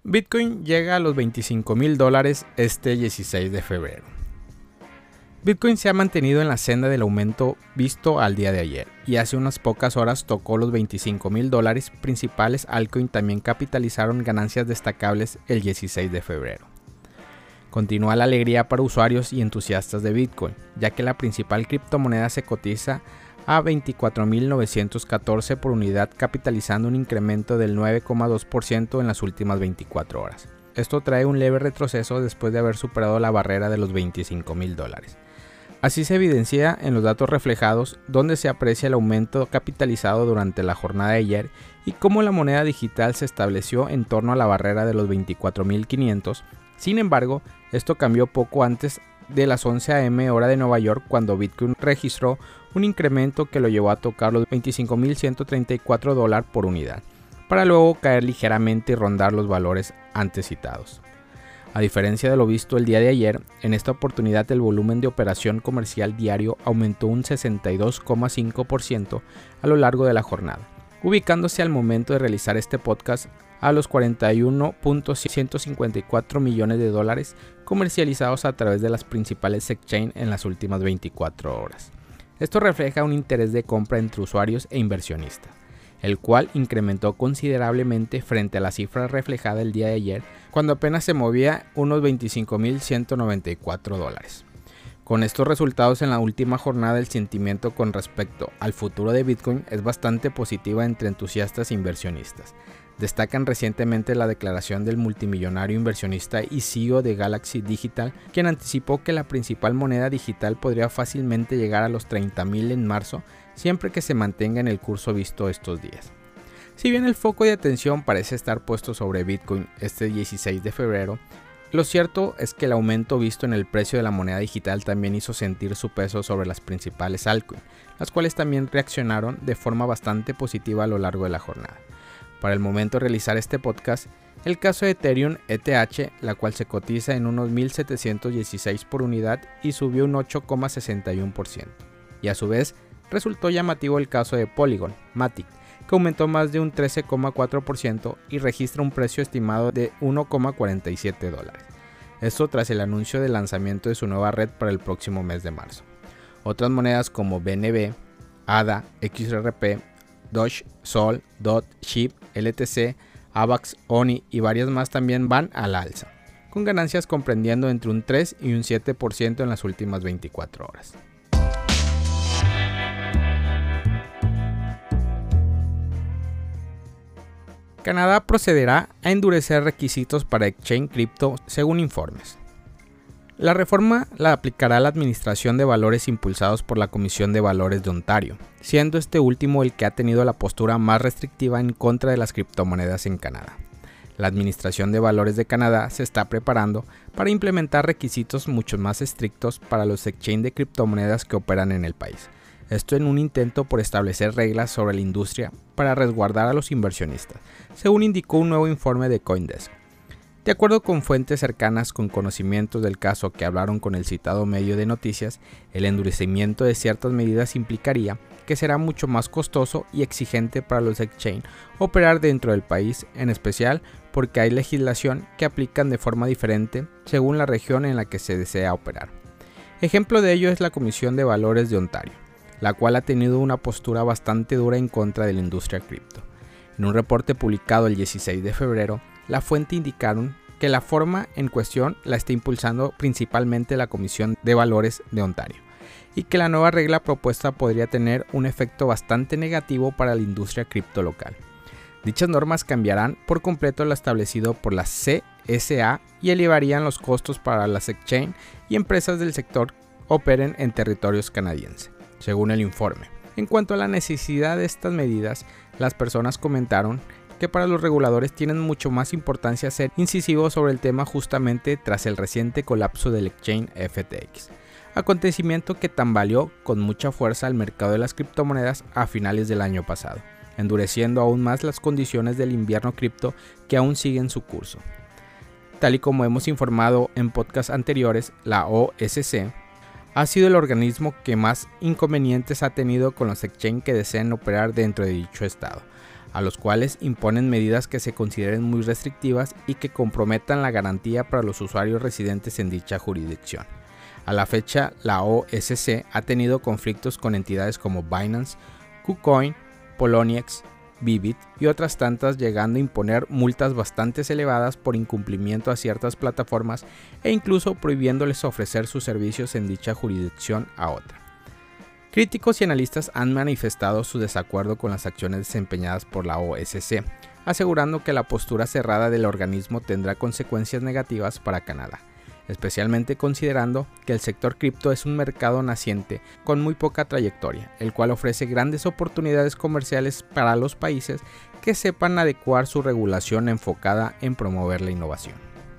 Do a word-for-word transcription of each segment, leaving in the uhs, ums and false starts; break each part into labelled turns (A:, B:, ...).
A: Bitcoin llega a los veinticinco mil dólares este dieciséis de febrero. Bitcoin se ha mantenido en la senda del aumento visto al día de ayer y hace unas pocas horas tocó los veinticinco mil dólares. Principales altcoins también capitalizaron ganancias destacables el dieciséis de febrero. Continúa la alegría para usuarios y entusiastas de Bitcoin, ya que la principal criptomoneda se cotiza a veinticuatro mil novecientos catorce por unidad, capitalizando un incremento del nueve coma dos por ciento en las últimas veinticuatro horas. Esto trae un leve retroceso después de haber superado la barrera de los veinticinco mil dólares. Así se evidencia en los datos reflejados, donde se aprecia el aumento capitalizado durante la jornada de ayer y cómo la moneda digital se estableció en torno a la barrera de los veinticuatro mil quinientos. Sin embargo, esto cambió poco antes de las once a eme hora de Nueva York, cuando Bitcoin registró un incremento que lo llevó a tocar los veinticinco mil ciento treinta y cuatro dólares por unidad, para luego caer ligeramente y rondar los valores antes citados. A diferencia de lo visto el día de ayer, en esta oportunidad el volumen de operación comercial diario aumentó un sesenta y dos coma cinco por ciento a lo largo de la jornada, ubicándose al momento de realizar este podcast a los cuarenta y uno punto ciento cincuenta y cuatro millones de dólares comercializados a través de las principales exchanges en las últimas veinticuatro horas. Esto refleja un interés de compra entre usuarios e inversionistas, el cual incrementó considerablemente frente a la cifra reflejada el día de ayer, cuando apenas se movía unos veinticinco mil ciento noventa y cuatro dólares. Con estos resultados en la última jornada, el sentimiento con respecto al futuro de Bitcoin es bastante positiva entre entusiastas e inversionistas. Destacan recientemente la declaración del multimillonario inversionista y C E O de Galaxy Digital, quien anticipó que la principal moneda digital podría fácilmente llegar a los treinta mil en marzo, siempre que se mantenga en el curso visto estos días. Si bien el foco de atención parece estar puesto sobre Bitcoin este dieciséis de febrero, lo cierto es que el aumento visto en el precio de la moneda digital también hizo sentir su peso sobre las principales altcoins, las cuales también reaccionaron de forma bastante positiva a lo largo de la jornada. Para el momento de realizar este podcast, el caso de Ethereum E T H, la cual se cotiza en unos mil setecientos dieciséis por unidad y subió un ocho coma sesenta y uno por ciento. Y a su vez, resultó llamativo el caso de Polygon Matic, que aumentó más de un trece coma cuatro por ciento y registra un precio estimado de uno coma cuarenta y siete dólares. Esto tras el anuncio del lanzamiento de su nueva red para el próximo mes de marzo. Otras monedas como B N B, A D A, X R P, Doge, Sol, D O T, S H I B, L T C, AVAX, O N I y varias más también van al alza, con ganancias comprendiendo entre un tres y un siete por ciento en las últimas veinticuatro horas. Canadá procederá a endurecer requisitos para exchange cripto según informes. La reforma la aplicará la Administración de Valores impulsados por la Comisión de Valores de Ontario, siendo este último el que ha tenido la postura más restrictiva en contra de las criptomonedas en Canadá. La Administración de Valores de Canadá se está preparando para implementar requisitos mucho más estrictos para los exchanges de criptomonedas que operan en el país. Esto en un intento por establecer reglas sobre la industria para resguardar a los inversionistas, según indicó un nuevo informe de CoinDesk. De acuerdo con fuentes cercanas con conocimientos del caso que hablaron con el citado medio de noticias, el endurecimiento de ciertas medidas implicaría que será mucho más costoso y exigente para los exchanges operar dentro del país, en especial porque hay legislación que aplican de forma diferente según la región en la que se desea operar. Ejemplo de ello es la Comisión de Valores de Ontario, la cual ha tenido una postura bastante dura en contra de la industria cripto. En un reporte publicado el dieciséis de febrero, la fuente indicaron que la forma en cuestión la está impulsando principalmente la Comisión de Valores de Ontario y que la nueva regla propuesta podría tener un efecto bastante negativo para la industria cripto local. Dichas normas cambiarán por completo lo establecido por la C S A y elevarían los costos para las exchange y empresas del sector operen en territorios canadienses, según el informe. En cuanto a la necesidad de estas medidas, las personas comentaron que para los reguladores tienen mucho más importancia ser incisivos sobre el tema justamente tras el reciente colapso del exchange F T X, acontecimiento que tambaleó con mucha fuerza al mercado de las criptomonedas a finales del año pasado, endureciendo aún más las condiciones del invierno cripto que aún siguen su curso. Tal y como hemos informado en podcasts anteriores, la O S C ha sido el organismo que más inconvenientes ha tenido con los exchanges que desean operar dentro de dicho estado, a los cuales imponen medidas que se consideren muy restrictivas y que comprometan la garantía para los usuarios residentes en dicha jurisdicción. A la fecha, la O S C ha tenido conflictos con entidades como Binance, KuCoin, Poloniex, Bybit y otras tantas, llegando a imponer multas bastante elevadas por incumplimiento a ciertas plataformas e incluso prohibiéndoles ofrecer sus servicios en dicha jurisdicción a otra. Críticos y analistas han manifestado su desacuerdo con las acciones desempeñadas por la O S C, asegurando que la postura cerrada del organismo tendrá consecuencias negativas para Canadá, especialmente considerando que el sector cripto es un mercado naciente con muy poca trayectoria, el cual ofrece grandes oportunidades comerciales para los países que sepan adecuar su regulación enfocada en promover la innovación.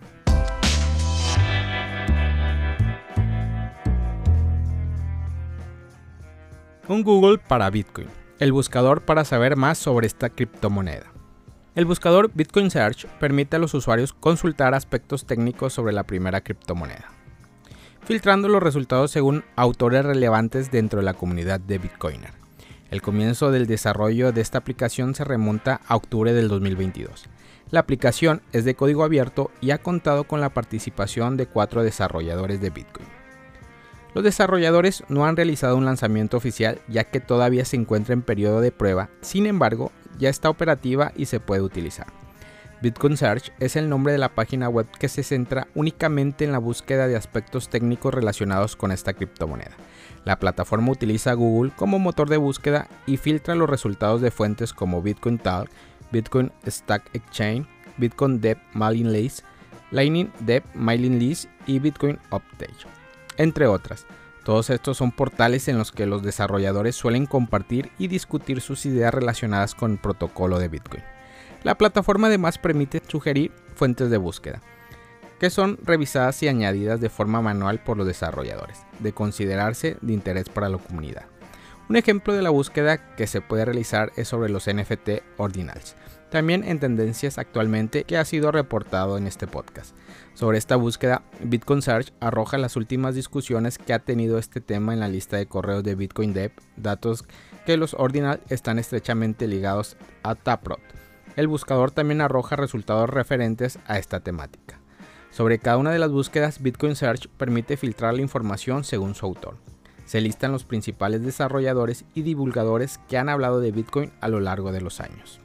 A: Un Google para Bitcoin, el buscador para saber más sobre esta criptomoneda. El buscador Bitcoin Search permite a los usuarios consultar aspectos técnicos sobre la primera criptomoneda, filtrando los resultados según autores relevantes dentro de la comunidad de Bitcoiner. El comienzo del desarrollo de esta aplicación se remonta a octubre del dos mil veintidós. La aplicación es de código abierto y ha contado con la participación de cuatro desarrolladores de Bitcoin. Los desarrolladores no han realizado un lanzamiento oficial, ya que todavía se encuentra en periodo de prueba. Sin embargo, ya está operativa y se puede utilizar. Bitcoin Search es el nombre de la página web que se centra únicamente en la búsqueda de aspectos técnicos relacionados con esta criptomoneda. La plataforma utiliza Google como motor de búsqueda y filtra los resultados de fuentes como Bitcoin Talk, Bitcoin Stack Exchange, Bitcoin Dev Mailing List, Lightning Dev Mailing List y Bitcoin Update, entre otras. Todos estos son portales en los que los desarrolladores suelen compartir y discutir sus ideas relacionadas con el protocolo de Bitcoin. La plataforma además permite sugerir fuentes de búsqueda, que son revisadas y añadidas de forma manual por los desarrolladores, de considerarse de interés para la comunidad. Un ejemplo de la búsqueda que se puede realizar es sobre los N F T Ordinals, también en tendencias actualmente, que ha sido reportado en este podcast. Sobre esta búsqueda, Bitcoin Search arroja las últimas discusiones que ha tenido este tema en la lista de correos de Bitcoin Dev, datos que los Ordinals están estrechamente ligados a Taproot. El buscador también arroja resultados referentes a esta temática. Sobre cada una de las búsquedas, Bitcoin Search permite filtrar la información según su autor. Se listan los principales desarrolladores y divulgadores que han hablado de Bitcoin a lo largo de los años.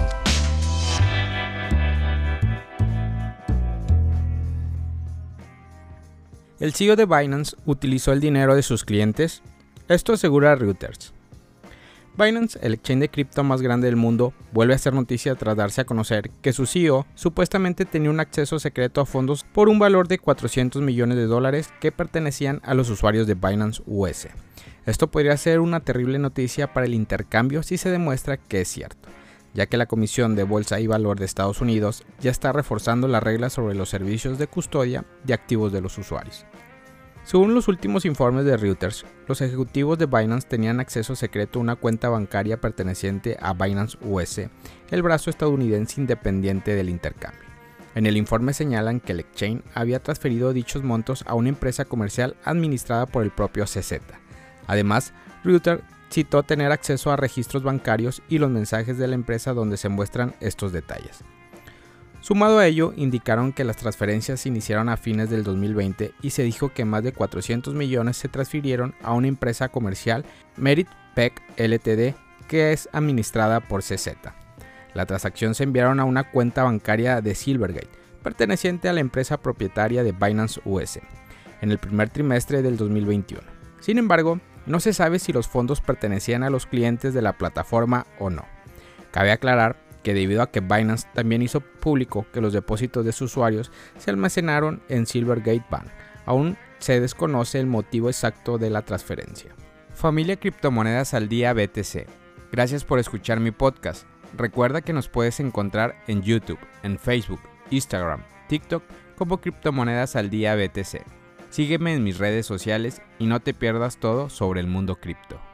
A: El C E O de Binance utilizó el dinero de sus clientes. Esto asegura Reuters. Binance, el exchange de cripto más grande del mundo, vuelve a hacer noticia tras darse a conocer que su C E O supuestamente tenía un acceso secreto a fondos por un valor de cuatrocientos millones de dólares que pertenecían a los usuarios de Binance U S. Esto podría ser una terrible noticia para el intercambio si se demuestra que es cierto, ya que la Comisión de Bolsa y Valor de Estados Unidos ya está reforzando las reglas sobre los servicios de custodia de activos de los usuarios. Según los últimos informes de Reuters, los ejecutivos de Binance tenían acceso secreto a una cuenta bancaria perteneciente a Binance U S, el brazo estadounidense independiente del intercambio. En el informe señalan que el exchange había transferido dichos montos a una empresa comercial administrada por el propio C Z. Además, Reuters citó tener acceso a registros bancarios y los mensajes de la empresa donde se muestran estos detalles. Sumado a ello, indicaron que las transferencias se iniciaron a fines del dos mil veinte y se dijo que más de cuatrocientos millones se transfirieron a una empresa comercial, Merit Pec Ltd, que es administrada por C Z. La transacción se enviaron a una cuenta bancaria de Silvergate, perteneciente a la empresa propietaria de Binance U S, en el primer trimestre del dos mil veintiuno. Sin embargo, no se sabe si los fondos pertenecían a los clientes de la plataforma o no. Cabe aclarar que debido a que Binance también hizo público que los depósitos de sus usuarios se almacenaron en Silvergate Bank, aún se desconoce el motivo exacto de la transferencia. Familia Criptomonedas al Día B T C. Gracias por escuchar mi podcast. Recuerda que nos puedes encontrar en YouTube, en Facebook, Instagram, TikTok como Criptomonedas al Día B T C. Sígueme en mis redes sociales y no te pierdas todo sobre el mundo cripto.